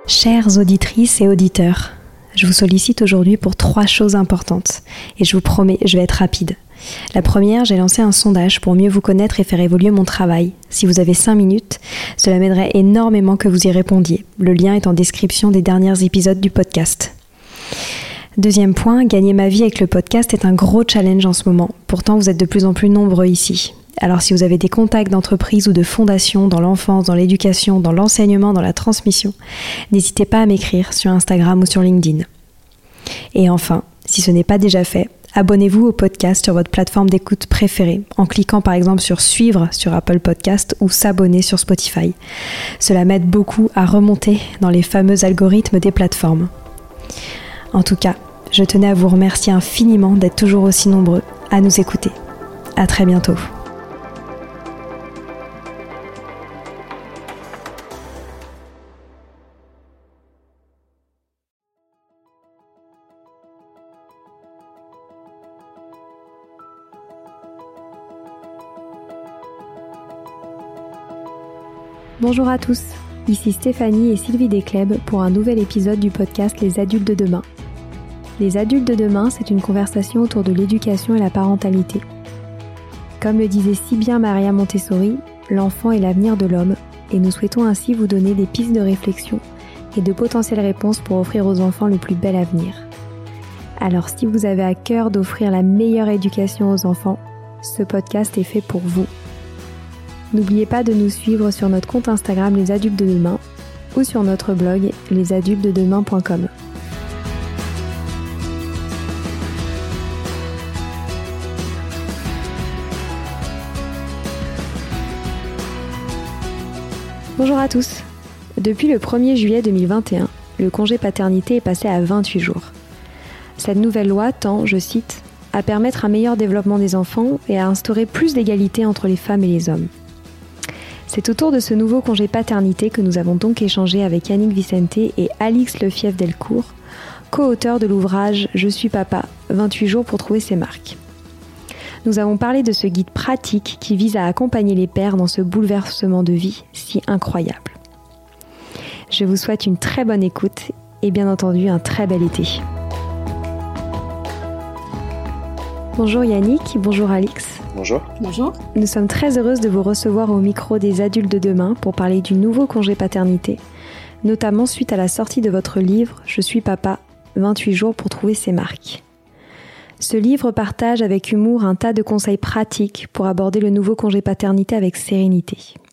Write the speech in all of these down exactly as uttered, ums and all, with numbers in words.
Chères auditrices et auditeurs, je vous sollicite aujourd'hui pour trois choses importantes et je vous promets, je vais être rapide. La première, j'ai lancé un sondage pour mieux vous connaître et faire évoluer mon travail. Si vous avez cinq minutes, cela m'aiderait énormément que vous y répondiez. Le lien est en description des derniers épisodes du podcast. Deuxième point, gagner ma vie avec le podcast est un gros challenge en ce moment. Pourtant, vous êtes de plus en plus nombreux ici. Alors si vous avez des contacts d'entreprises ou de fondations dans l'enfance, dans l'éducation, dans l'enseignement, dans la transmission, n'hésitez pas à m'écrire sur Instagram ou sur LinkedIn. Et enfin, si ce n'est pas déjà fait, abonnez-vous au podcast sur votre plateforme d'écoute préférée en cliquant par exemple sur suivre sur Apple Podcast ou s'abonner sur Spotify. Cela m'aide beaucoup à remonter dans les fameux algorithmes des plateformes. En tout cas, je tenais à vous remercier infiniment d'être toujours aussi nombreux à nous écouter. À très bientôt. Bonjour à tous, ici Stéphanie et Sylvie Descleb pour un nouvel épisode du podcast Les Adultes de Demain. Les Adultes de Demain, c'est une conversation autour de l'éducation et la parentalité. Comme le disait si bien Maria Montessori, l'enfant est l'avenir de l'homme et nous souhaitons ainsi vous donner des pistes de réflexion et de potentielles réponses pour offrir aux enfants le plus bel avenir. Alors si vous avez à cœur d'offrir la meilleure éducation aux enfants, ce podcast est fait pour vous. N'oubliez pas de nous suivre sur notre compte Instagram Les Adultes de Demain ou sur notre blog les adultes de demain point com. Bonjour à tous. Depuis le premier juillet deux mille vingt et un, le congé paternité est passé à vingt-huit jours. Cette nouvelle loi tend, je cite, à permettre un meilleur développement des enfants et à instaurer plus d'égalité entre les femmes et les hommes. C'est autour de ce nouveau congé paternité que nous avons donc échangé avec Yannick Vicente et Alix Lefief-Delcourt, co-auteurs de l'ouvrage « Je suis papa, vingt-huit jours pour trouver ses marques ». Nous avons parlé de ce guide pratique qui vise à accompagner les pères dans ce bouleversement de vie si incroyable. Je vous souhaite une très bonne écoute et bien entendu un très bel été. Bonjour Yannick, bonjour Alix. Bonjour. Bonjour. Nous sommes très heureuses de vous recevoir au micro des Adultes de Demain pour parler du nouveau congé paternité, notamment suite à la sortie de votre livre « Je suis papa, vingt-huit jours pour trouver ses marques ». Ce livre partage avec humour un tas de conseils pratiques pour aborder le nouveau congé paternité avec sérénité.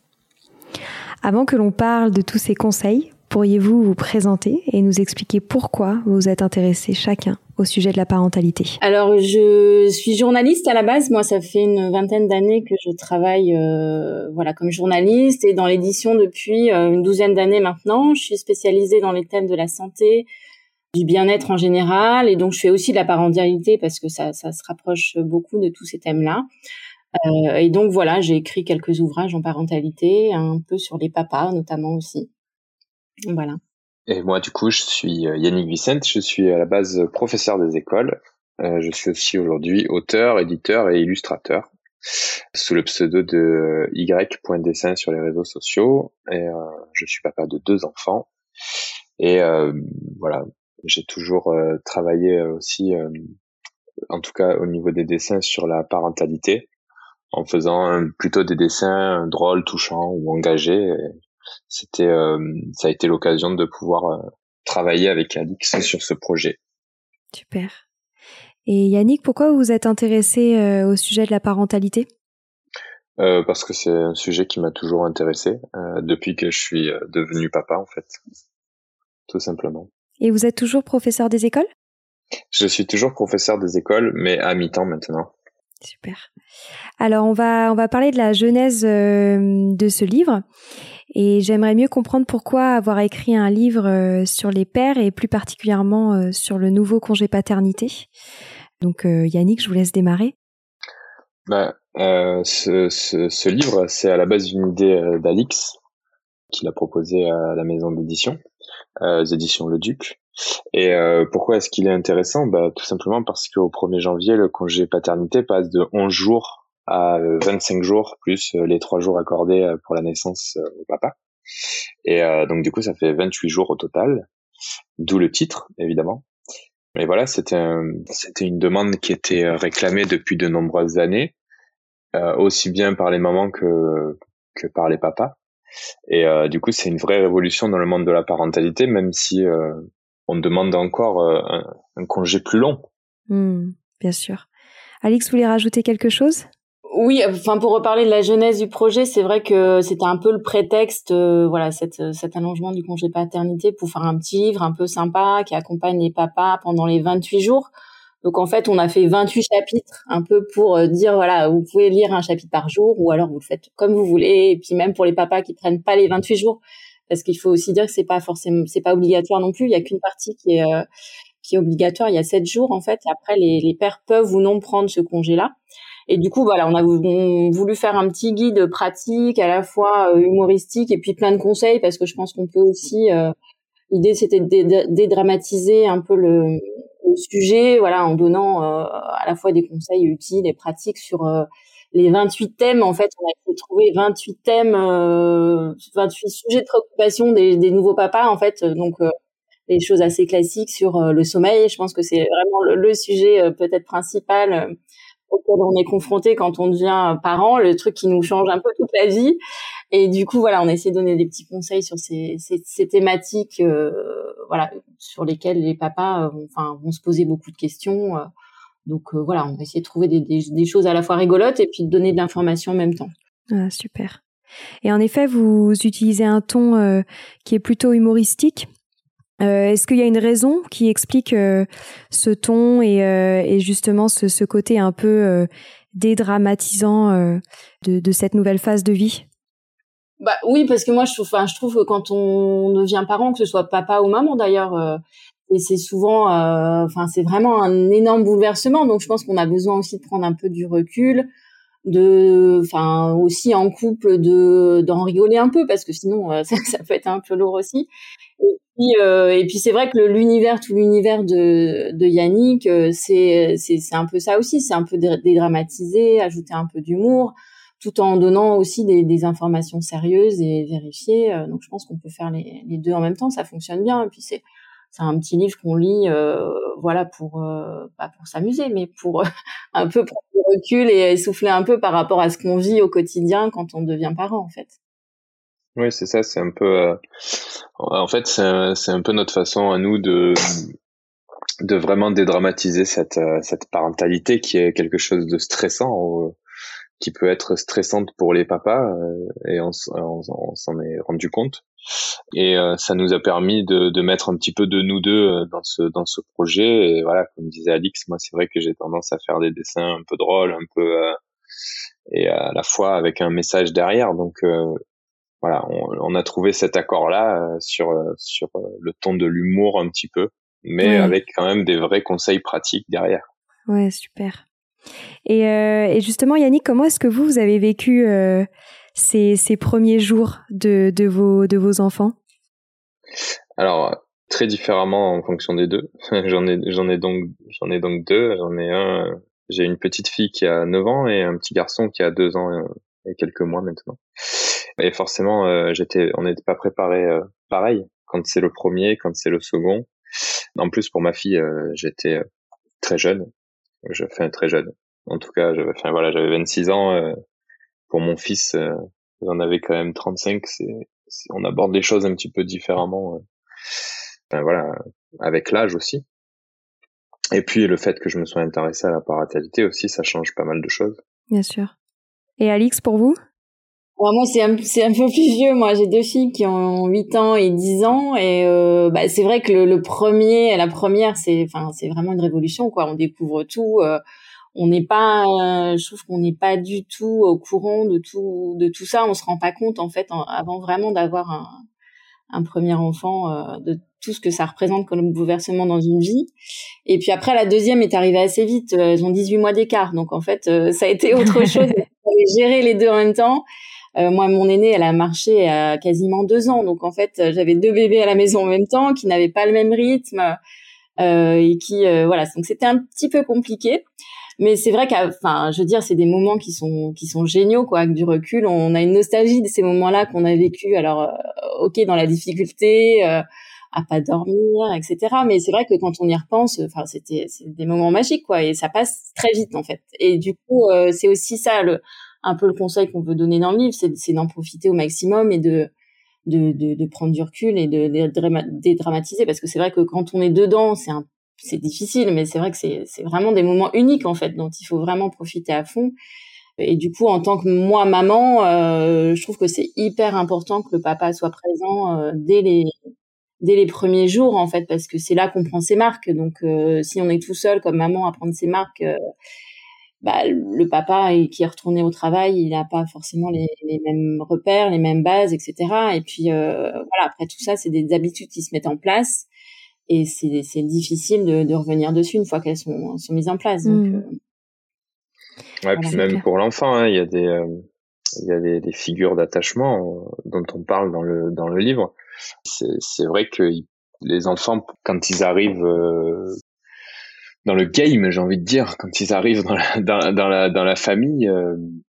Avant que l'on parle de tous ces conseils, pourriez-vous vous présenter et nous expliquer pourquoi vous vous êtes intéressés chacun au sujet de la parentalité? Alors, je suis journaliste à la base. Moi, ça fait une vingtaine d'années que je travaille euh, voilà, comme journaliste et dans l'édition depuis euh, une douzaine d'années maintenant. Je suis spécialisée dans les thèmes de la santé, du bien-être en général, et donc je fais aussi de la parentalité parce que ça, ça se rapproche beaucoup de tous ces thèmes-là. Euh, et donc voilà, j'ai écrit quelques ouvrages en parentalité, un peu sur les papas notamment aussi. Voilà. Et moi, du coup, je suis Yannick Vicente, je suis à la base professeur des écoles. Euh, je suis aussi aujourd'hui auteur, éditeur et illustrateur, sous le pseudo de y.dessin sur les réseaux sociaux. Et euh, je suis papa de deux enfants. Et euh, voilà, j'ai toujours euh, travaillé aussi, euh, en tout cas au niveau des dessins, sur la parentalité, en faisant euh, plutôt des dessins drôles, touchants ou engagés. Et c'était, euh, ça a été l'occasion de pouvoir euh, travailler avec Alix sur ce projet. Super. Et Yannick, pourquoi vous vous êtes intéressé euh, au sujet de la parentalité ? euh, Parce que c'est un sujet qui m'a toujours intéressé euh, depuis que je suis euh, devenu papa, en fait, tout simplement. Et vous êtes toujours professeur des écoles ? Je suis toujours professeur des écoles, mais à mi-temps maintenant. Super. Alors, on va, on va parler de la genèse euh, de ce livre. Et j'aimerais mieux comprendre pourquoi avoir écrit un livre euh, sur les pères et plus particulièrement euh, sur le nouveau congé paternité. Donc euh, Yannick, je vous laisse démarrer. Bah, euh, ce, ce, ce livre, c'est à la base une idée euh, d'Alix, qu'il a proposé à la maison d'édition, euh, les éditions Le Duc. Et euh, pourquoi est-ce qu'il est intéressant ? Bah, tout simplement parce qu'au premier janvier, le congé paternité passe de onze jours à vingt-cinq jours, plus les trois jours accordés pour la naissance au papa. Et euh, donc du coup, ça fait vingt-huit jours au total, d'où le titre, évidemment. Et voilà, c'était un, c'était une demande qui était réclamée depuis de nombreuses années, euh, aussi bien par les mamans que que par les papas. Et euh, du coup, c'est une vraie révolution dans le monde de la parentalité, même si euh, on demande encore euh, un, un congé plus long. Mmh, bien sûr. Alix, vous voulez rajouter quelque chose ? Oui, enfin pour reparler de la genèse du projet, c'est vrai que c'était un peu le prétexte, euh, voilà, cette, cet allongement du congé paternité pour faire un petit livre un peu sympa qui accompagne les papas pendant les vingt-huit jours. Donc en fait, on a fait vingt-huit chapitres, un peu pour dire voilà, vous pouvez lire un chapitre par jour ou alors vous le faites comme vous voulez. Et puis même pour les papas qui prennent pas les vingt-huit jours, parce qu'il faut aussi dire que c'est pas forcément, c'est pas obligatoire non plus. Il y a qu'une partie qui est euh, qui est obligatoire. Il y a sept jours en fait. Et après, les, les pères peuvent ou non prendre ce congé-là. Et du coup, voilà, on a voulu faire un petit guide pratique, à la fois euh, humoristique et puis plein de conseils, parce que je pense qu'on peut aussi. Euh, l'idée, c'était de dédramatiser un peu le, le sujet, voilà, en donnant euh, à la fois des conseils utiles et pratiques sur euh, les vingt-huit thèmes. En fait, on a essayé de trouver vingt-huit thèmes, euh, vingt-huit sujets de préoccupation des, des nouveaux papas, en fait. Donc, euh, des choses assez classiques sur euh, le sommeil. Je pense que c'est vraiment le, le sujet euh, peut-être principal. Euh, auquel on est confronté quand on devient parent, le truc qui nous change un peu toute la vie. Et du coup, voilà, on a essayé de donner des petits conseils sur ces, ces, ces thématiques, euh, voilà, sur lesquelles les papas, euh, enfin, vont se poser beaucoup de questions. Euh, donc euh, voilà, on a essayé de trouver des, des, des choses à la fois rigolotes et puis de donner de l'information en même temps. Ah, super. Et en effet, vous utilisez un ton euh, qui est plutôt humoristique. Euh, est-ce qu'il y a une raison qui explique euh, ce ton et, euh, et justement ce, ce côté un peu euh, dédramatisant euh, de, de cette nouvelle phase de vie ? Bah oui, parce que moi je trouve, enfin je trouve que quand on devient parent, que ce soit papa ou maman d'ailleurs, euh, et c'est souvent, enfin euh, c'est vraiment un énorme bouleversement. Donc je pense qu'on a besoin aussi de prendre un peu du recul, de, enfin aussi en couple de d'en rigoler un peu parce que sinon euh, ça, ça peut être un peu lourd aussi. Et puis, euh, et puis c'est vrai que l'univers, tout l'univers de, de Yannick, euh, c'est, c'est, c'est un peu ça aussi, c'est un peu dédramatisé, ajouter un peu d'humour, tout en donnant aussi des, des informations sérieuses et vérifiées. Euh, donc je pense qu'on peut faire les, les deux en même temps, ça fonctionne bien. Et puis c'est, c'est un petit livre qu'on lit, euh, voilà, pour euh, pas pour s'amuser, mais pour euh, un peu prendre du recul et essouffler un peu par rapport à ce qu'on vit au quotidien quand on devient parent, en fait. Oui, c'est ça, c'est un peu euh, en fait c'est un, c'est un peu notre façon à nous de de vraiment dédramatiser cette euh, cette parentalité qui est quelque chose de stressant, euh, qui peut être stressante pour les papas, euh, et on, on, on s'en est rendu compte. Et euh, ça nous a permis de de mettre un petit peu de nous deux euh, dans ce dans ce projet. Et voilà, comme disait Alix, moi c'est vrai que j'ai tendance à faire des dessins un peu drôles, un peu euh, et à la fois avec un message derrière. Donc euh, voilà, on, on a trouvé cet accord-là euh, sur sur euh, le ton de l'humour un petit peu, mais ouais. Avec quand même des vrais conseils pratiques derrière. Ouais, super. Et, euh, et justement, Yannick, comment est-ce que vous, vous avez vécu euh, ces, ces premiers jours de, de, vos, de vos enfants ? Alors, très différemment en fonction des deux. j'en ai, j'en ai donc, j'en ai donc deux. J'en ai un, j'ai une petite fille qui a neuf ans et un petit garçon qui a deux ans et quelques mois maintenant. Et forcément, euh, j'étais, on n'était pas préparé euh, pareil quand c'est le premier, quand c'est le second. En plus, pour ma fille, euh, j'étais très jeune. Je fais très jeune. En tout cas, j'avais, enfin voilà, j'avais vingt-six ans. Euh, pour mon fils, euh, j'en avais quand même trente-cinq. C'est, c'est, on aborde les choses un petit peu différemment. Euh, enfin voilà, avec l'âge aussi. Et puis le fait que je me sois intéressé à la parentalité aussi, ça change pas mal de choses. Bien sûr. Et Alix, pour vous ? Alors moi, c'est un, c'est un peu plus vieux. Moi, j'ai deux filles qui ont huit ans et dix ans. Et euh, bah, c'est vrai que le, le premier, la première, c'est, enfin, c'est vraiment une révolution, quoi. On découvre tout. Euh, on n'est pas, euh, je trouve qu'on n'est pas du tout au courant de tout, de tout ça. On se rend pas compte, en fait, en, avant vraiment d'avoir un, un premier enfant, euh, de tout ce que ça représente comme bouleversement dans une vie. Et puis après, la deuxième est arrivée assez vite. Elles ont dix-huit mois d'écart. Donc, en fait, euh, ça a été autre chose. Il fallait gérer les deux en même temps. Euh, moi, mon aînée, elle a marché à quasiment deux ans. Donc, en fait, j'avais deux bébés à la maison en même temps qui n'avaient pas le même rythme euh, et qui, euh, voilà. Donc, c'était un petit peu compliqué. Mais c'est vrai qu'enfin, je veux dire, c'est des moments qui sont qui sont géniaux, quoi. Avec du recul, on a une nostalgie de ces moments-là qu'on a vécu. Alors, euh, ok dans la difficulté, euh, à pas dormir, et cetera. Mais c'est vrai que quand on y repense, enfin c'était c'est des moments magiques quoi, et ça passe très vite en fait. Et du coup, euh, c'est aussi ça le un peu le conseil qu'on veut donner dans le livre, c'est, c'est d'en profiter au maximum et de de, de, de prendre du recul et de, de, de dédramatiser, parce que c'est vrai que quand on est dedans, c'est un c'est difficile, mais c'est vrai que c'est c'est vraiment des moments uniques en fait, dont il faut vraiment profiter à fond. Et du coup, en tant que moi maman, euh, je trouve que c'est hyper important que le papa soit présent euh, dès les dès les premiers jours en fait, parce que c'est là qu'on prend ses marques. Donc euh, si on est tout seul comme maman à prendre ses marques, euh, bah le papa qui est retourné au travail, il n'a pas forcément les, les mêmes repères, les mêmes bases, et cetera. Et puis euh, voilà, après tout ça, c'est des habitudes qui se mettent en place. Et c'est, c'est difficile de, de revenir dessus une fois qu'elles sont, sont mises en place. Donc, mmh. euh, ouais, voilà. Puis même pour l'enfant, hein, il y a des, euh, il y a des, des figures d'attachement euh, dont on parle dans le dans le livre. C'est, c'est vrai que les enfants, quand ils arrivent euh, dans le game, j'ai envie de dire, quand ils arrivent dans la dans, dans la dans la famille, euh,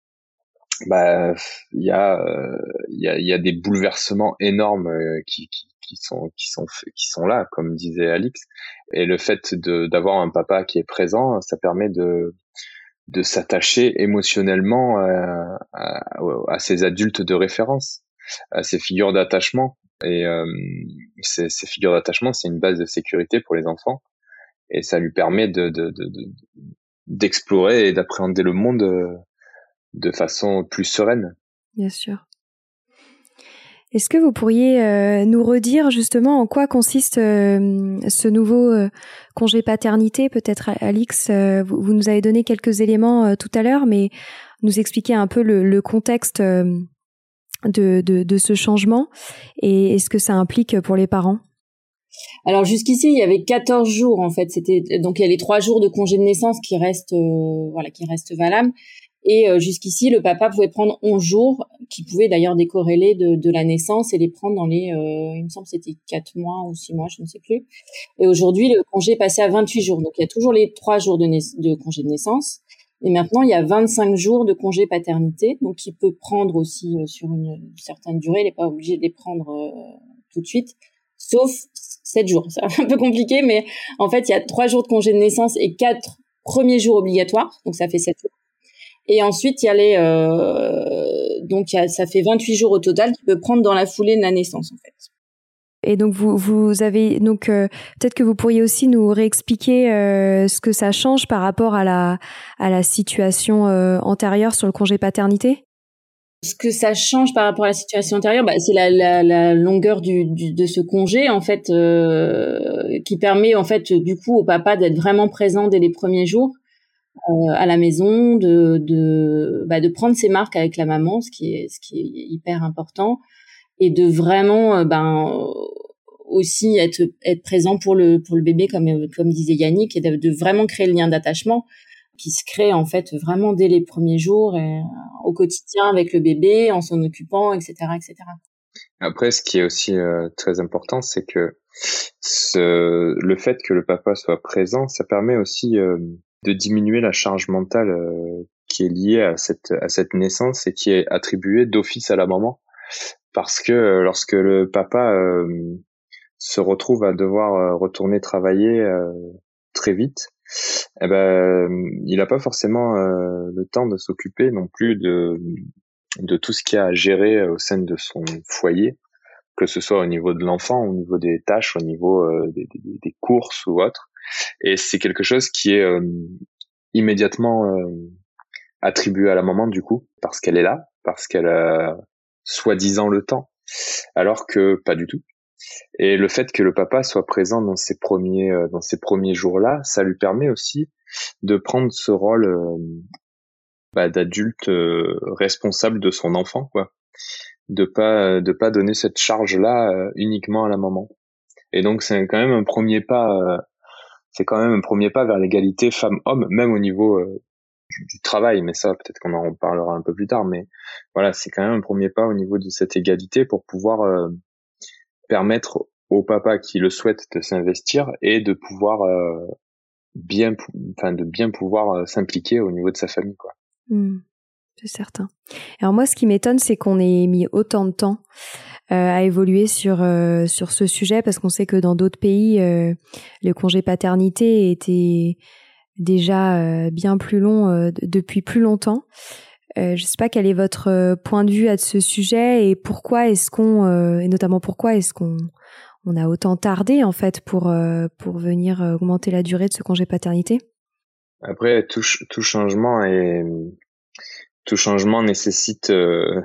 bah il y a il euh, y a il y a des bouleversements énormes euh, qui, qui qui sont qui sont qui sont là, comme disait Alix. Et le fait de d'avoir un papa qui est présent, ça permet de de s'attacher émotionnellement à, à, à ces adultes de référence, à ces figures d'attachement. Et euh, ces, ces figures d'attachement, c'est une base de sécurité pour les enfants, et ça lui permet de, de, de, de d'explorer et d'appréhender le monde de façon plus sereine. Bien sûr. Est-ce que vous pourriez euh, nous redire justement en quoi consiste euh, ce nouveau euh, congé paternité ? Peut-être Alix, euh, vous, vous nous avez donné quelques éléments euh, tout à l'heure, mais nous expliquer un peu le, le contexte euh, de, de, de ce changement et est-ce que ça implique pour les parents ? Alors jusqu'ici, il y avait quatorze jours en fait. C'était donc il y a les trois jours de congé de naissance qui restent euh, voilà qui restent valables. Et euh, jusqu'ici, le papa pouvait prendre onze jours, qui pouvaient d'ailleurs décorréler de, de la naissance et les prendre dans les, euh, il me semble que c'était quatre mois ou six mois, je ne sais plus. Et aujourd'hui, le congé est passé à vingt-huit jours. Donc il y a toujours les trois jours de, naiss- de congé de naissance. Et maintenant, il y a vingt-cinq jours de congé paternité, donc il peut prendre aussi euh, sur une certaine durée. Il n'est pas obligé de les prendre euh, tout de suite, sauf sept jours. C'est un peu compliqué, mais en fait, il y a trois jours de congé de naissance et quatre premiers jours obligatoires, donc ça fait sept jours. Et ensuite, il y a les, euh, donc il y a, ça fait vingt-huit jours au total qu'il peut prendre dans la foulée de la naissance, en fait. Et donc vous vous avez donc euh, peut-être que vous pourriez aussi nous réexpliquer euh, ce que ça change par rapport à la à la situation euh, antérieure sur le congé paternité. Ce que ça change par rapport à la situation antérieure, bah, c'est la, la, la longueur du, du de ce congé en fait, euh, qui permet en fait du coup au papa d'être vraiment présent dès les premiers jours. Euh, à la maison, de de bah de prendre ses marques avec la maman, ce qui est ce qui est hyper important, et de vraiment euh, ben aussi être être présent pour le pour le bébé comme comme disait Yannick, et de, de vraiment créer le lien d'attachement qui se crée en fait vraiment dès les premiers jours et, euh, au quotidien avec le bébé, en s'en occupant, et cetera, et cetera. Après, ce qui est aussi euh, très important, c'est que ce, le fait que le papa soit présent, ça permet aussi euh, de diminuer la charge mentale euh, qui est liée à cette à cette naissance et qui est attribuée d'office à la maman, parce que euh, lorsque le papa euh, se retrouve à devoir euh, retourner travailler euh, très vite, eh ben il n'a pas forcément euh, le temps de s'occuper non plus de de tout ce qu'il y a à gérer au sein de son foyer, que ce soit au niveau de l'enfant, au niveau des tâches, au niveau euh, des, des, des courses ou autre. Et c'est quelque chose qui est euh, immédiatement euh, attribué à la maman du coup, parce qu'elle est là, parce qu'elle a soi-disant le temps, alors que pas du tout. Et le fait que le papa soit présent dans ces premiers euh, dans ces premiers jours-là, ça lui permet aussi de prendre ce rôle euh, bah, d'adulte euh, responsable de son enfant, quoi, de pas de pas donner cette charge-là euh, uniquement à la maman. Et donc c'est quand même un premier pas. Euh, c'est quand même un premier pas vers l'égalité femmes-hommes, même au niveau euh, du, du travail, mais ça peut-être qu'on en reparlera un peu plus tard, mais voilà, c'est quand même un premier pas au niveau de cette égalité pour pouvoir euh, permettre au papa qui le souhaite de s'investir et de pouvoir euh, bien, enfin de bien pouvoir euh, s'impliquer au niveau de sa famille, quoi. Mmh, c'est certain. Alors moi, ce qui m'étonne, c'est qu'on ait mis autant de temps a évolué sur euh, sur ce sujet, parce qu'on sait que dans d'autres pays, euh, le congé paternité était déjà euh, bien plus long euh, d- depuis plus longtemps. Euh, je sais pas quel est votre euh, point de vue à ce sujet, et pourquoi est-ce qu'on euh, et notamment pourquoi est-ce qu'on on a autant tardé en fait pour euh, pour venir euh, augmenter la durée de ce congé paternité. Après, tout, ch- tout changement est, tout changement nécessite, euh,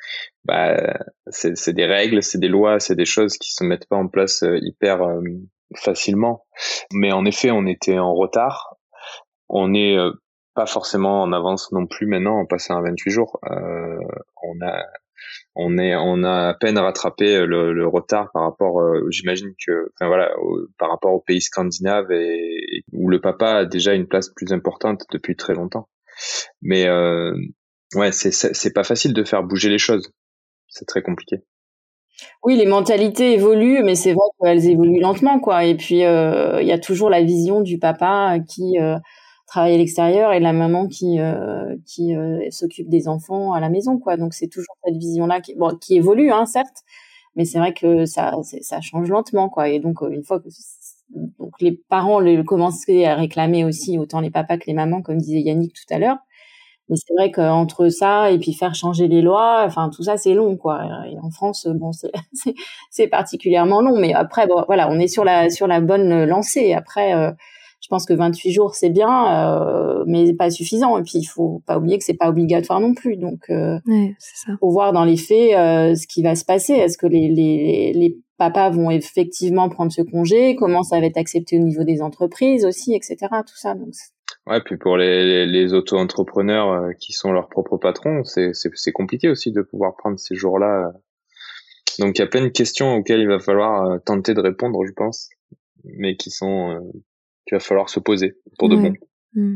bah, c'est, c'est des règles, c'est des lois, c'est des choses qui se mettent pas en place euh, hyper euh, facilement. Mais en effet, on était en retard. On est euh, pas forcément en avance non plus maintenant en passant à vingt-huit jours. Euh, on a, on est, on a à peine rattrapé le, le retard par rapport, euh, j'imagine que, enfin voilà, au, par rapport aux pays scandinaves et, et où le papa a déjà une place plus importante depuis très longtemps. Mais euh, ouais, c'est, c'est, c'est pas facile de faire bouger les choses. C'est très compliqué. Oui, les mentalités évoluent, mais c'est vrai qu'elles évoluent lentement, quoi. Et puis, euh, il y a toujours la vision du papa qui euh, travaille à l'extérieur et la maman qui euh, qui euh, s'occupe des enfants à la maison, quoi. Donc, c'est toujours cette vision-là qui, bon, qui évolue, hein, certes, mais c'est vrai que ça c'est, ça change lentement, quoi. Et donc, une fois que donc les parents le commençaient à réclamer aussi, autant les papas que les mamans, comme disait Yannick tout à l'heure. Mais c'est vrai qu'entre ça et puis faire changer les lois, enfin tout ça c'est long, quoi. Et en France, bon, c'est c'est, c'est particulièrement long. Mais après, bon, voilà, on est sur la sur la bonne lancée. Après, euh, je pense que vingt-huit jours c'est bien, euh, mais pas suffisant. Et puis il faut pas oublier que c'est pas obligatoire non plus. Donc, euh, Ouais, c'est ça. faut voir dans les faits euh, ce qui va se passer. Est-ce que les les les papas vont effectivement prendre ce congé? Comment ça va être accepté au niveau des entreprises aussi, et cetera. Tout ça. Donc Ouais, puis pour les, les auto-entrepreneurs euh, qui sont leurs propres patrons, c'est, c'est, c'est compliqué aussi de pouvoir prendre ces jours-là. Donc il y a plein de questions auxquelles il va falloir euh, tenter de répondre, je pense, mais qui sont euh, qu'il va falloir se poser pour de Ouais. bon. Mmh.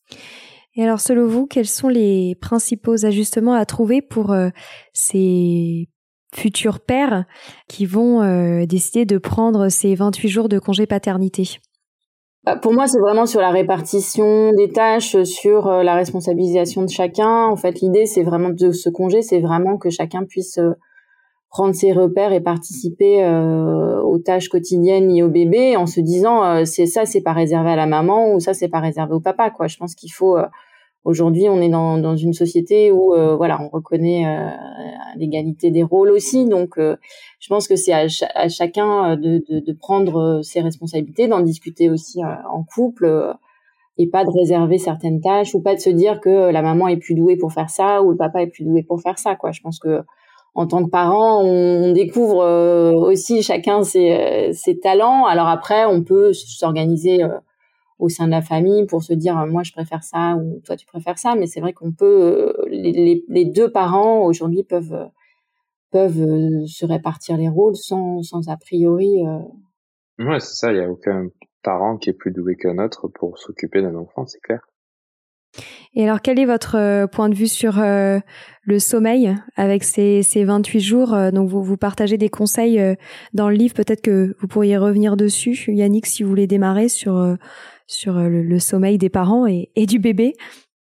Et alors, selon vous, quels sont les principaux ajustements à trouver pour euh, ces futurs pères qui vont euh, décider de prendre ces vingt-huit jours de congé paternité? pour moi, c'est vraiment sur la répartition des tâches, sur euh, la responsabilisation de chacun. En fait, l'idée, c'est vraiment de ce congé, c'est vraiment que chacun puisse euh, prendre ses repères et participer euh, aux tâches quotidiennes liées au bébé, en se disant euh, c'est ça, c'est pas réservé à la maman ou ça, c'est pas réservé au papa, quoi. Je pense qu'il faut euh, aujourd'hui, on est dans dans une société où euh, voilà, on reconnaît euh, l'égalité des rôles aussi, donc euh, je pense que c'est à, ch- à chacun de, de, de prendre ses responsabilités, d'en discuter aussi euh, en couple, euh, et pas de réserver certaines tâches ou pas de se dire que la maman est plus douée pour faire ça ou le papa est plus doué pour faire ça, quoi. Je pense que en tant que parent, on, on découvre euh, aussi chacun ses, euh, ses talents. Alors après, on peut s'organiser euh, au sein de la famille pour se dire euh, moi je préfère ça ou toi tu préfères ça, mais c'est vrai qu'on peut euh, les, les, les deux parents aujourd'hui peuvent euh, peuvent euh, se répartir les rôles sans sans a priori euh... Ouais, c'est ça, il y a aucun parent qui est plus doué qu'un autre pour s'occuper d'un enfant, c'est clair. Et alors, quel est votre euh, point de vue sur euh, le sommeil avec ces, ces vingt-huit jours? euh, Donc, vous, vous partagez des conseils euh, dans le livre. Peut-être que vous pourriez revenir dessus, Yannick, si vous voulez démarrer sur, euh, sur euh, le, le sommeil des parents et, et du bébé.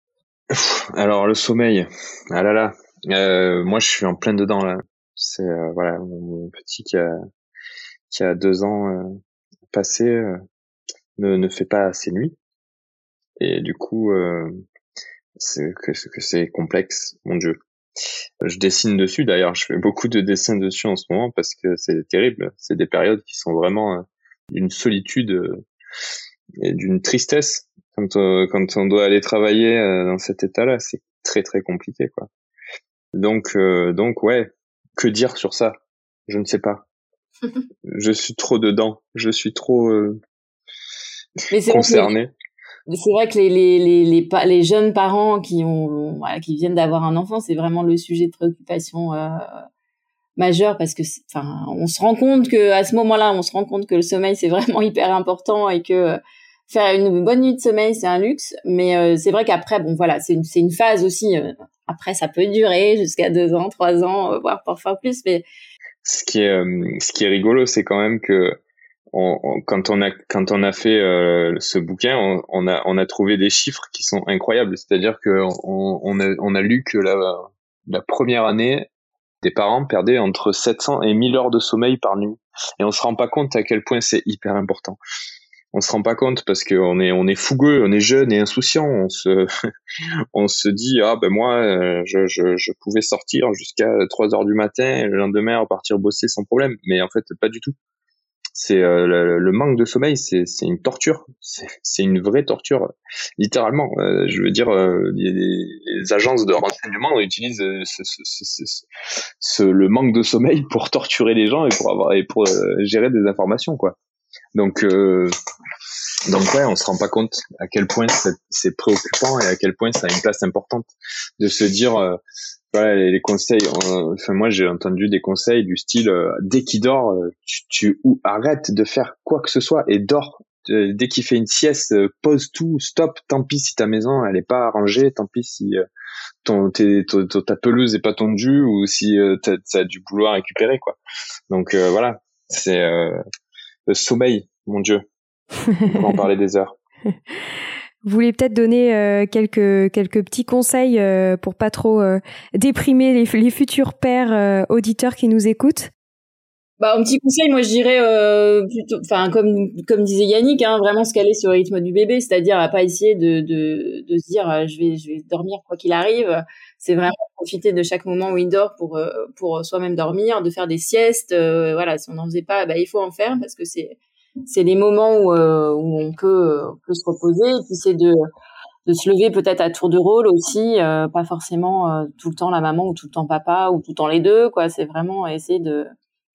Alors, le sommeil, ah là là, euh, moi je suis en plein dedans là. C'est euh, voilà, mon, mon petit qui a, qui a deux ans euh, passé euh, ne, ne fait pas assez nuit. Et du coup, euh, c'est que, que c'est complexe, mon Dieu. Je dessine dessus, d'ailleurs, je fais beaucoup de dessins dessus en ce moment parce que c'est terrible. C'est des périodes qui sont vraiment euh, d'une solitude euh, et d'une tristesse quand on, quand on doit aller travailler euh, dans cet état-là. C'est très très compliqué, quoi. Donc euh, donc ouais, que dire sur ça? Je ne sais pas. Je suis trop dedans. Je suis trop euh, Mais c'est concerné. vrai c'est vrai que les les les les, pa- les jeunes parents qui ont voilà, qui viennent d'avoir un enfant, c'est vraiment le sujet de préoccupation euh, majeur parce que enfin on se rend compte que à ce moment-là, on se rend compte que le sommeil c'est vraiment hyper important et que euh, faire une bonne nuit de sommeil c'est un luxe, mais euh, c'est vrai qu'après bon voilà, c'est une c'est une phase aussi euh, après ça peut durer jusqu'à deux ans, trois ans, euh, voire parfois plus, mais Ce qui est euh, ce qui est rigolo, c'est quand même que On, on, quand on a quand on a fait euh, ce bouquin, on, on a on a trouvé des chiffres qui sont incroyables. C'est-à-dire que on, on a on a lu que la la première année, des parents perdaient entre sept cents et mille heures de sommeil par nuit. Et on se rend pas compte à quel point c'est hyper important. On se rend pas compte parce qu'on est, on est fougueux, on est jeune et insouciant. On se, on se dit, ah ben moi, je, je, je pouvais sortir jusqu'à trois heures du matin et le lendemain repartir bosser sans problème. Mais en fait, pas du tout. C'est euh, le, le manque de sommeil, c'est, c'est une torture. C'est, c'est une vraie torture, littéralement. Euh, je veux dire, euh, les, les agences de renseignement utilisent ce, ce, ce, ce, ce, le manque de sommeil pour torturer les gens et pour avoir et pour euh, gérer des informations, quoi. Donc, euh, donc ouais, on se rend pas compte à quel point c'est, c'est préoccupant et à quel point ça a une place importante de se dire. Euh, Voilà, les, les conseils. Euh, enfin, moi, j'ai entendu des conseils du style euh, dès qu'il dort, euh, tu, tu ou arrête de faire quoi que ce soit et dors. Euh, dès qu'il fait une sieste, euh, pose tout, stop. Tant pis si ta maison elle est pas arrangée, tant pis si euh, ton, t'es, ton, ton- ta pelouse est pas tondue ou si euh, t'as, t'as du boulot à récupérer, quoi. Donc euh, voilà, c'est euh, le sommeil, mon Dieu. On peut en parler des heures. Vous voulez peut-être donner euh, quelques quelques petits conseils euh, pour pas trop euh, déprimer les, les futurs pères euh, auditeurs qui nous écoutent? Bah, un petit conseil, moi je dirais euh, plutôt, enfin comme comme disait Yannick, hein, vraiment se caler sur le rythme du bébé, c'est-à-dire à pas essayer de de de se dire euh, je vais je vais dormir quoi qu'il arrive. C'est vraiment profiter de chaque moment où il dort pour euh, pour soi-même dormir, de faire des siestes. Euh, voilà, si on n'en faisait pas, bah il faut en faire parce que c'est c'est les moments où euh, où on peut on peut se reposer. Et puis c'est de de se lever peut-être à tour de rôle aussi, euh, pas forcément euh, tout le temps la maman ou tout le temps papa ou tout le temps les deux, quoi. C'est vraiment essayer de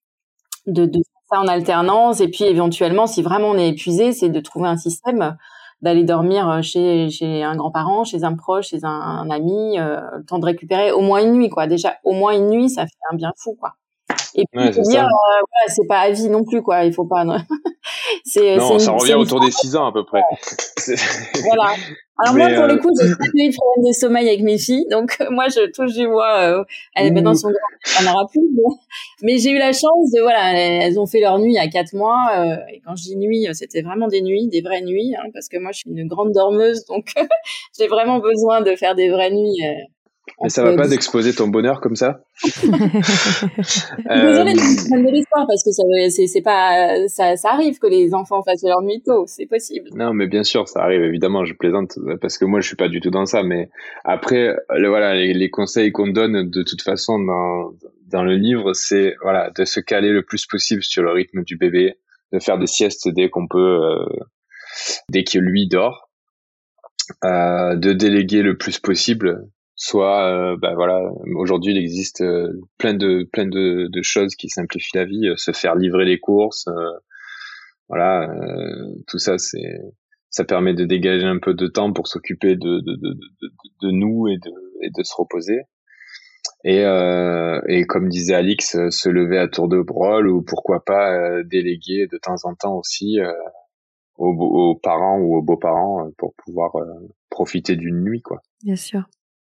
de, de faire ça en alternance. Et puis éventuellement, si vraiment on est épuisé, c'est de trouver un système, d'aller dormir chez chez un grand-parent, chez un proche, chez un, un ami, euh, le temps de récupérer au moins une nuit, quoi. Déjà au moins une nuit, ça fait un bien fou, quoi. Et puis Ouais, faut c'est dire, ça. euh, voilà, c'est pas à vie non plus, quoi. Il faut pas. c'est c'est Non, ça une, c'est revient une autour des six ans à peu près. C'est- Voilà. Alors moi, Mais pour le euh, coup, j'ai pas eu de problème de sommeil avec mes filles, donc euh, moi, je touche du bois. Euh, elles, maintenant, ouh, sont grandes, on en aura plus. Mais, mais j'ai eu la chance de, voilà, elles ont fait leur nuit à quatre mois. Euh, et quand je dis nuit, c'était vraiment des nuits, des vraies nuits, hein, parce que moi, je suis une grande dormeuse, donc j'ai vraiment besoin de faire des vraies nuits. Euh, mais ça entre va pas dix d'exposer ton bonheur comme ça. Désolée Euh, de l'histoire parce que ça, c'est, c'est pas, ça, ça arrive que les enfants fassent leur nuit tôt, c'est possible. non, mais bien sûr, ça arrive évidemment. Je plaisante parce que moi, je suis pas du tout dans ça. Mais après, le, voilà, les, les conseils qu'on donne de toute façon dans dans le livre, c'est voilà de se caler le plus possible sur le rythme du bébé, de faire des siestes dès qu'on peut, euh, dès que lui dort, euh, de déléguer le plus possible. Soit, euh, bah voilà, aujourd'hui il existe euh, plein de plein de, de choses qui simplifient la vie. Euh, se faire livrer les courses, euh, voilà, euh, tout ça, c'est ça permet de dégager un peu de temps pour s'occuper de de, de, de, de nous et de et de se reposer. Et euh, et comme disait Alix, euh, se lever à tour de rôle ou pourquoi pas euh, déléguer de temps en temps aussi euh, aux, aux parents ou aux beaux-parents euh, pour pouvoir euh, profiter d'une nuit, quoi. Bien sûr.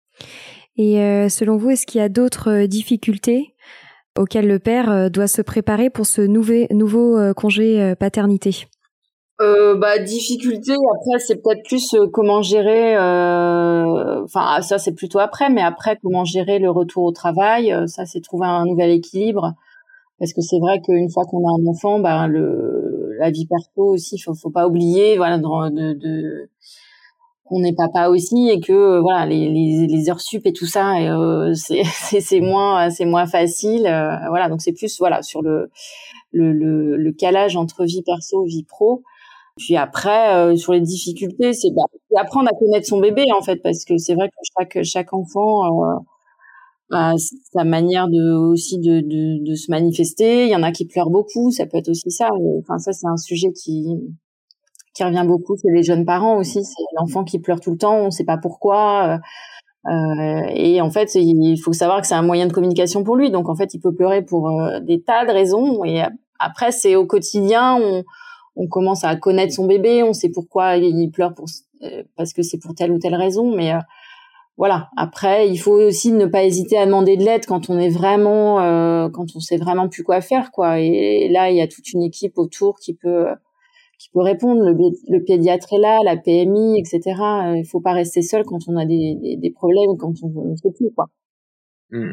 Et euh, selon vous, est-ce qu'il y a d'autres euh, difficultés auxquelles le père euh, doit se préparer pour ce nouvel, nouveau euh, congé euh, paternité? Euh, bah difficulté après c'est peut-être plus euh, comment gérer euh, enfin ça c'est plutôt après mais après comment gérer le retour au travail euh, ça c'est trouver un nouvel équilibre parce que c'est vrai qu'une fois qu'on a un enfant bah le la vie perso aussi faut faut pas oublier voilà de, de, de qu'on est papa aussi et que euh, voilà les, les les heures sup et tout ça euh, c'est c'est c'est moins c'est moins facile euh, voilà donc c'est plus voilà sur le le le, le calage entre vie perso vie pro. Puis après, euh, sur les difficultés, c'est bah, c'est apprendre à connaître son bébé en fait, parce que c'est vrai que chaque chaque enfant euh, a sa manière de aussi de, de de se manifester. Il y en a qui pleurent beaucoup, ça peut être aussi ça. Enfin ça c'est un sujet qui qui revient beaucoup chez les jeunes parents aussi. C'est l'enfant qui pleure tout le temps, on sait pas pourquoi. Euh, et en fait, il faut savoir que c'est un moyen de communication pour lui. Donc en fait, il peut pleurer pour euh, des tas de raisons. Et après, c'est au quotidien. On on commence à connaître son bébé, on sait pourquoi il pleure pour euh, parce que c'est pour telle ou telle raison, mais euh, voilà. Après, il faut aussi ne pas hésiter à demander de l'aide quand on est vraiment, euh, quand on sait vraiment plus quoi faire, quoi. Et, et là, il y a toute une équipe autour qui peut qui peut répondre. Le, le pédiatre est là, la P M I, et cetera. Il faut pas rester seul quand on a des, des, des problèmes, quand on ne sait plus, quoi. Mmh.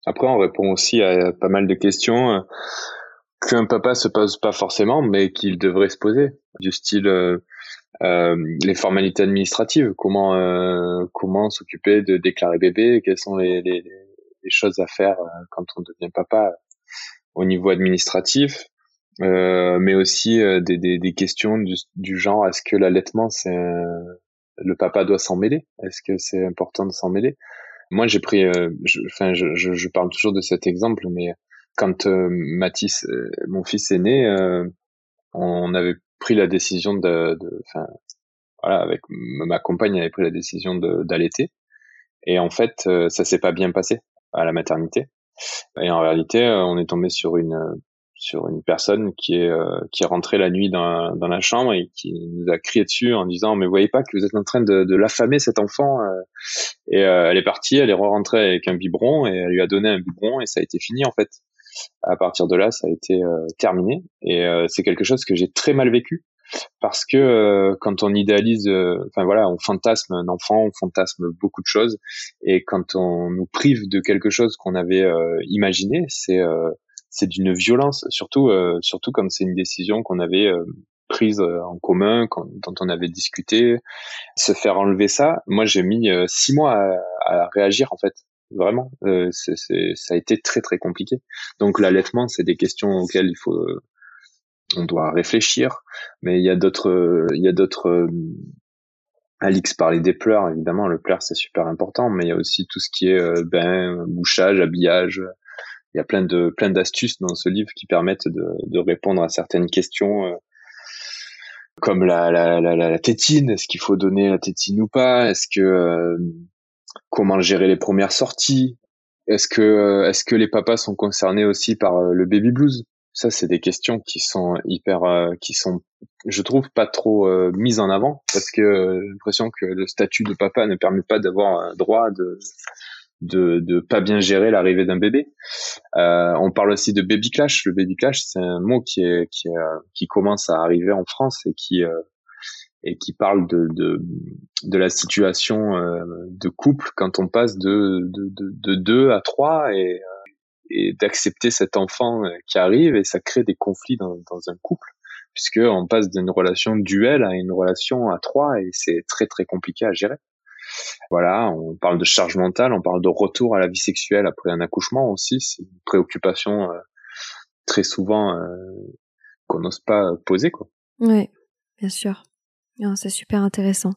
Après, on répond aussi à pas mal de questions euh, qu'un papa se pose pas forcément, mais qu'il devrait se poser, du style euh, euh, les formalités administratives, comment euh, comment s'occuper de déclarer bébé, quelles sont les, les, les choses à faire euh, quand on devient papa au niveau administratif, euh, mais aussi euh, des, des, des questions du, du genre est-ce que l'allaitement c'est euh, le papa doit s'en mêler, est-ce que c'est important de s'en mêler? Moi, j'ai pris, euh, enfin, je, je, je parle toujours de cet exemple, mais quand euh, Mathis, euh, mon fils est né, euh, on avait pris la décision de, enfin, voilà, avec ma compagne, avait pris la décision de, d'allaiter, et en fait, euh, ça s'est pas bien passé à la maternité. Et en réalité, euh, on est tombé sur une sur une personne qui est euh, qui est rentrée la nuit dans, dans la chambre et qui nous a crié dessus en disant mais vous voyez pas que vous êtes en train de, de l'affamer cet enfant euh. Et euh, elle est partie, elle est re-rentrée avec un biberon et elle lui a donné un biberon et ça a été fini en fait. À partir de là, ça a été euh, terminé et euh, c'est quelque chose que j'ai très mal vécu parce que euh, quand on idéalise, enfin euh, voilà, on fantasme un enfant, on fantasme beaucoup de choses et quand on nous prive de quelque chose qu'on avait euh, imaginé, c'est euh, c'est d'une violence, surtout euh, surtout quand c'est une décision qu'on avait euh, prise en commun, quand, dont on avait discuté. Se faire enlever ça, moi j'ai mis euh, six mois à, à réagir en fait, vraiment. Euh, c'est, c'est, ça a été très très compliqué. Donc l'allaitement, c'est des questions auxquelles il faut, euh, on doit réfléchir. Mais il y a d'autres, il y a d'autres. Euh, Alix parlait des pleurs, évidemment, le pleur c'est super important, mais il y a aussi tout ce qui est euh, bain, bouchage, habillage. Il y a plein de plein d'astuces dans ce livre qui permettent de, de répondre à certaines questions. Euh, comme la, la, la, la tétine, est-ce qu'il faut donner la tétine ou pas? Est-ce que euh, comment gérer les premières sorties? Est-ce que euh, est-ce que les papas sont concernés aussi par euh, le baby blues? Ça, c'est des questions qui sont hyper, euh, qui sont, je trouve, pas trop euh, mises en avant parce que euh, j'ai l'impression que le statut de papa ne permet pas d'avoir un droit de de de pas bien gérer l'arrivée d'un bébé. Euh, on parle aussi de baby clash. Le baby clash, c'est un mot qui est qui est, euh, qui commence à arriver en France et qui euh, et qui parle de de de la situation euh, de couple quand on passe de de de, de deux à trois et et d'accepter cet enfant qui arrive et ça crée des conflits dans dans un couple puisque on passe d'une relation duel à une relation à trois et c'est très très compliqué à gérer. Voilà, on parle de charge mentale, on parle de retour à la vie sexuelle après un accouchement aussi, c'est une préoccupation euh, très souvent euh, qu'on n'ose pas poser, quoi. Ouais, bien sûr. Non, c'est super intéressant.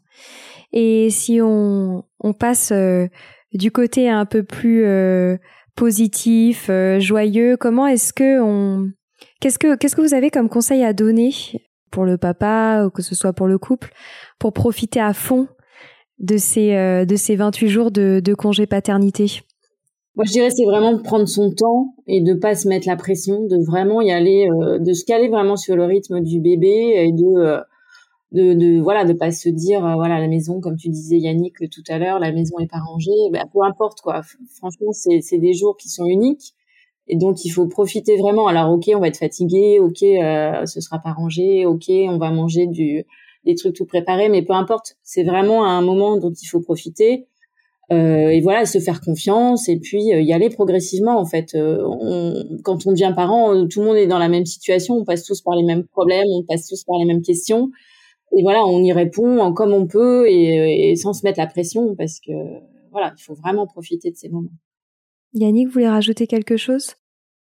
Et si on, on passe euh, du côté un peu plus euh, positif, euh, joyeux, comment est-ce que on, qu'est-ce que qu'est-ce que vous avez comme conseil à donner pour le papa ou que ce soit pour le couple pour profiter à fond de ces euh, de ces vingt-huit jours de, de congé paternité? Moi, je dirais c'est vraiment de prendre son temps et de pas se mettre la pression, de vraiment y aller, euh, de se caler vraiment sur le rythme du bébé et de euh, de, de voilà, de pas se dire euh, voilà, la maison, comme tu disais Yannick tout à l'heure, la maison est pas rangée, ben, peu importe quoi. Franchement, c'est c'est des jours qui sont uniques et donc il faut profiter vraiment. Alors ok, on va être fatigué, ok, euh, ce sera pas rangé, ok, on va manger du des trucs tout préparés, mais peu importe. C'est vraiment un moment dont il faut profiter. Euh, et voilà, se faire confiance et puis euh, y aller progressivement en fait. Euh, on, quand on devient parent, euh, tout le monde est dans la même situation, on passe tous par les mêmes problèmes, on passe tous par les mêmes questions et voilà, on y répond comme on peut et, et sans se mettre la pression parce que voilà, il faut vraiment profiter de ces moments. Yannick, vous voulez rajouter quelque chose?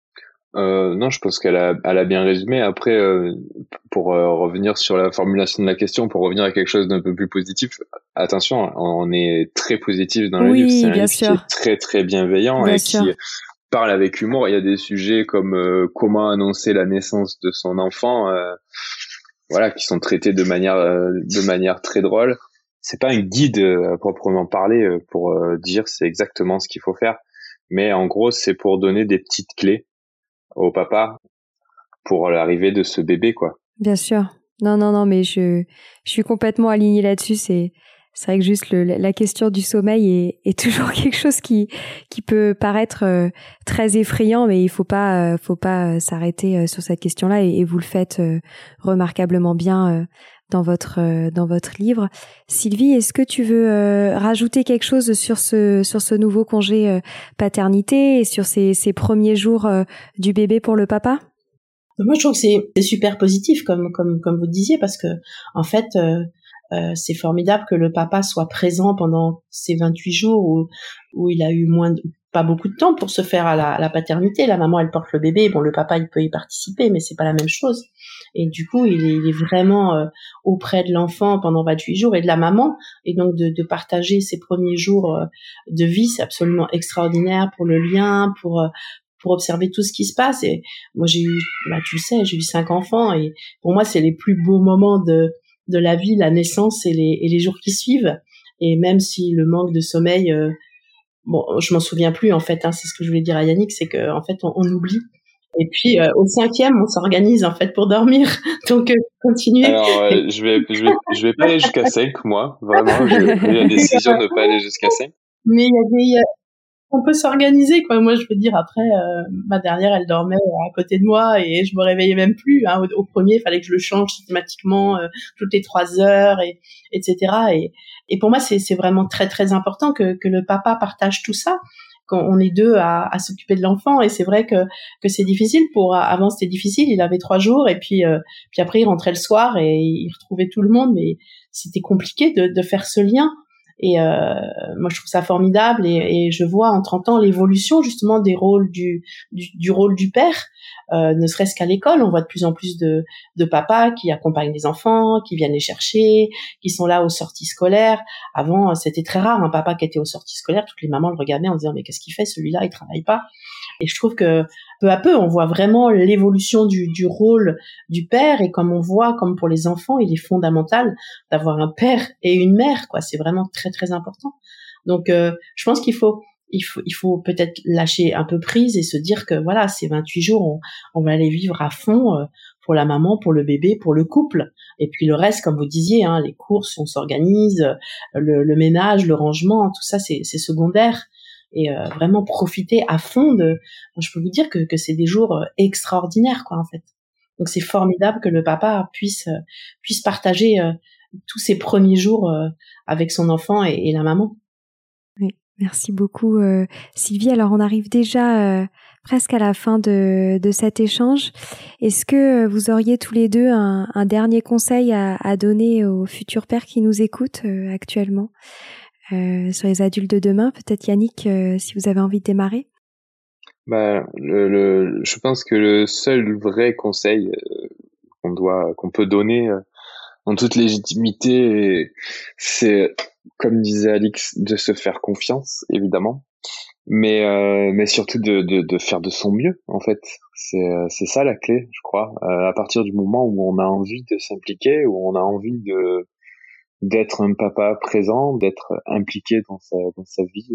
Euh, non, je pense qu'elle a, elle a bien résumé. Après, euh, pour euh, revenir sur la formulation de la question, pour revenir à quelque chose d'un peu plus positif, attention, on est très positif dans le oui, livre. C'est un bien livre sûr. qui est très très bienveillant bien et sûr. qui parle avec humour. Il y a des sujets comme euh, comment annoncer la naissance de son enfant, euh, voilà, qui sont traités de manière euh, de manière très drôle. C'est pas un guide euh, à proprement parler euh, pour euh, dire c'est exactement ce qu'il faut faire, mais en gros, c'est pour donner des petites clés au papa pour l'arrivée de ce bébé, quoi. Bien sûr. Non, non, non, mais je, je suis complètement alignée là-dessus. C'est, c'est vrai que juste le, la question du sommeil est, est toujours quelque chose qui, qui peut paraître euh, très effrayant, mais il faut pas, euh, faut pas euh, s'arrêter euh, sur cette question-là et, et vous le faites euh, remarquablement bien euh, dans votre euh, dans votre livre. Sylvie, est-ce que tu veux euh, rajouter quelque chose sur ce sur ce nouveau congé euh, paternité et sur ces ces premiers jours euh, du bébé pour le papa? Moi, je trouve que c'est, c'est super positif, comme comme comme vous disiez, parce que en fait, euh, euh, c'est formidable que le papa soit présent pendant ces vingt-huit jours où où il a eu moins de, pas beaucoup de temps pour se faire à la, à la paternité. La maman, elle porte le bébé, bon, le papa, il peut y participer, mais c'est pas la même chose. Et du coup, il est, il est vraiment euh, auprès de l'enfant pendant vingt-huit jours et de la maman, et donc de, de partager ces premiers jours euh, de vie, c'est absolument extraordinaire pour le lien, pour euh, pour observer tout ce qui se passe. Et moi, j'ai eu, bah, tu le sais, j'ai eu cinq enfants, et pour moi, c'est les plus beaux moments de de la vie, la naissance et les et les jours qui suivent. Et même si le manque de sommeil, euh, bon, je m'en souviens plus en fait. Hein, c'est ce que je voulais dire à Yannick, c'est que en fait, on, on oublie. Et puis euh, au cinquième, on s'organise en fait pour dormir. Donc euh, continuez. Alors, euh, je vais, je vais, je vais pas aller jusqu'à cinq, moi. Vraiment, j'ai pris la décision de pas aller jusqu'à cinq. Mais il y a des, on peut s'organiser, quoi. Moi, je veux dire, après, euh, ma dernière, elle dormait à côté de moi et je me réveillais même plus. Hein. Au, au premier, il fallait que je le change systématiquement euh, toutes les trois heures, et etc. Et, et pour moi, c'est, c'est vraiment très très important que, que le papa partage tout ça. Quand on est deux à, à s'occuper de l'enfant, et c'est vrai que que c'est difficile. Pour avant, c'était difficile. Il avait trois jours et puis euh, puis après, il rentrait le soir et il retrouvait tout le monde, mais c'était compliqué de, de faire ce lien. Et euh, moi, je trouve ça formidable, et, et je vois en trente ans l'évolution justement des rôles du du, du rôle du père, euh, ne serait-ce qu'à l'école. On voit de plus en plus de de papas qui accompagnent les enfants, qui viennent les chercher, qui sont là aux sorties scolaires. Avant, c'était très rare un papa qui était aux sorties scolaires. Toutes les mamans le regardaient en disant mais qu'est-ce qu'il fait celui-là, il travaille pas. Et je trouve que peu à peu, on voit vraiment l'évolution du, du rôle du père, et comme on voit, comme pour les enfants, il est fondamental d'avoir un père et une mère, quoi. C'est vraiment très très important. Donc, euh, je pense qu'il faut, il faut, il faut peut-être lâcher un peu prise et se dire que voilà, ces vingt-huit jours, on, on va les vivre à fond euh, pour la maman, pour le bébé, pour le couple, et puis le reste, comme vous disiez, hein, les courses, on s'organise, le, le ménage, le rangement, tout ça, c'est, c'est secondaire. Et euh, vraiment profiter à fond de, je peux vous dire que, que c'est des jours euh, extraordinaires, quoi, en fait. Donc c'est formidable que le papa puisse euh, puisse partager euh, tous ces premiers jours euh, avec son enfant et, et la maman. Oui, merci beaucoup euh, Sylvie. Alors on arrive déjà euh, presque à la fin de de cet échange. Est-ce que vous auriez tous les deux un, un dernier conseil à, à donner aux futurs pères qui nous écoutent euh, actuellement? Euh, sur les adultes de demain, peut-être Yannick, euh, si vous avez envie de démarrer. Bah, le, le, je pense que le seul vrai conseil euh, qu'on doit, qu'on peut donner euh, en toute légitimité, c'est, comme disait Alix, de se faire confiance, évidemment, mais euh, mais surtout de, de de faire de son mieux. En fait, c'est c'est ça la clé, je crois. Euh, à partir du moment où on a envie de s'impliquer, où on a envie de d'être un papa présent, d'être impliqué dans sa dans sa vie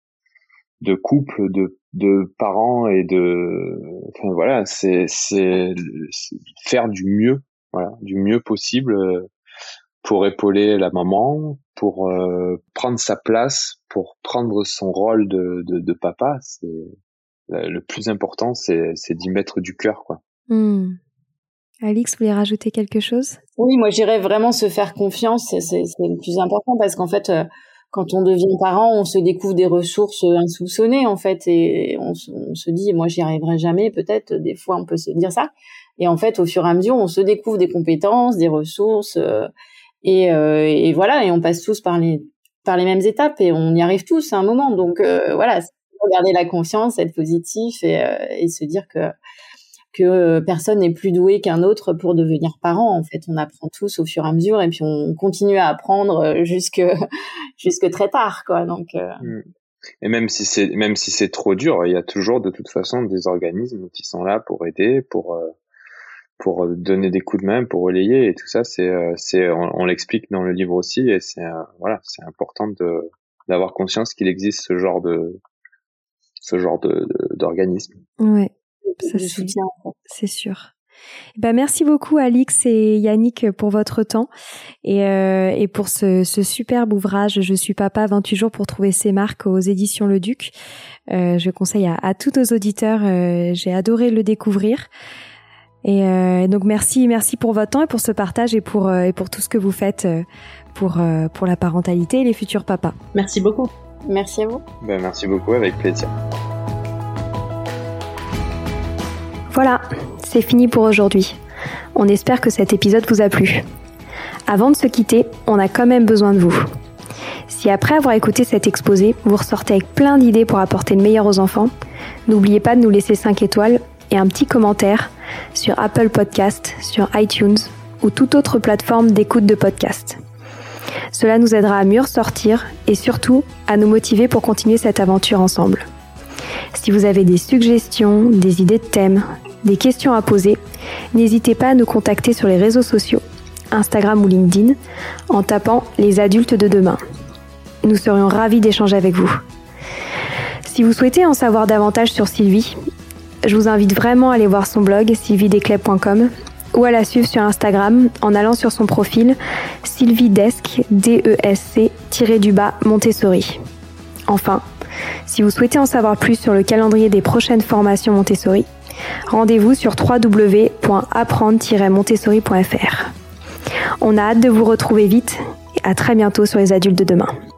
de couple, de de parents et de, enfin voilà, c'est c'est, c'est faire du mieux, voilà, du mieux possible pour épauler la maman, pour euh, prendre sa place, pour prendre son rôle de de, de papa. C'est le plus important, c'est c'est d'y mettre du cœur, quoi. Mmh. Alix, vous voulez rajouter quelque chose? Oui, moi, j'irais vraiment se faire confiance. C'est, c'est, c'est le plus important, parce qu'en fait, euh, quand on devient parent, on se découvre des ressources insoupçonnées, en fait, et on, on se dit, moi, j'y arriverai jamais, peut-être. Des fois, on peut se dire ça. Et en fait, au fur et à mesure, on se découvre des compétences, des ressources, euh, et, euh, et voilà, et on passe tous par les par les mêmes étapes, et on y arrive tous à un moment. Donc euh, voilà, garder la confiance, être positif, et, euh, et se dire que que personne n'est plus doué qu'un autre pour devenir parent. En fait, on apprend tous au fur et à mesure, et puis on continue à apprendre jusque jusque très tard, quoi. Donc euh... et même si c'est même si c'est trop dur, il y a toujours de toute façon des organismes qui sont là pour aider, pour euh, pour donner des coups de main, pour relayer, et tout ça, c'est c'est on, on l'explique dans le livre aussi, et c'est euh, voilà, c'est important de d'avoir conscience qu'il existe ce genre de ce genre de, de d'organisme. Ouais. Ça, c'est, soutien, c'est sûr. Ben, merci beaucoup Alix et Yannick pour votre temps et, euh, et pour ce, ce superbe ouvrage Je suis papa, vingt-huit jours pour trouver ses marques aux éditions Le Duc. Euh, je conseille à, à tous nos auditeurs, euh, j'ai adoré le découvrir. Et euh, donc merci, merci pour votre temps et pour ce partage et pour euh, et pour tout ce que vous faites euh, pour euh, pour la parentalité et les futurs papas. Merci beaucoup. Merci à vous. Ben, merci beaucoup, avec plaisir. Voilà, c'est fini pour aujourd'hui. On espère que cet épisode vous a plu. Avant de se quitter, on a quand même besoin de vous. Si après avoir écouté cet exposé, vous ressortez avec plein d'idées pour apporter le meilleur aux enfants, n'oubliez pas de nous laisser cinq étoiles et un petit commentaire sur Apple Podcast, sur iTunes ou toute autre plateforme d'écoute de podcast. Cela nous aidera à mieux ressortir et surtout à nous motiver pour continuer cette aventure ensemble. Si vous avez des suggestions, des idées de thèmes, des questions à poser, n'hésitez pas à nous contacter sur les réseaux sociaux, Instagram ou LinkedIn, en tapant « Les adultes de demain ». Nous serions ravis d'échanger avec vous. Si vous souhaitez en savoir davantage sur Sylvie, je vous invite vraiment à aller voir son blog sylvie desclèves point com ou à la suivre sur Instagram en allant sur son profil sylviedesc, D E S C, tiré du bas, Montessori. Enfin, si vous souhaitez en savoir plus sur le calendrier des prochaines formations Montessori, rendez-vous sur w w w point apprendre tiret montessori point f r. On a hâte de vous retrouver vite et à très bientôt sur les adultes de demain.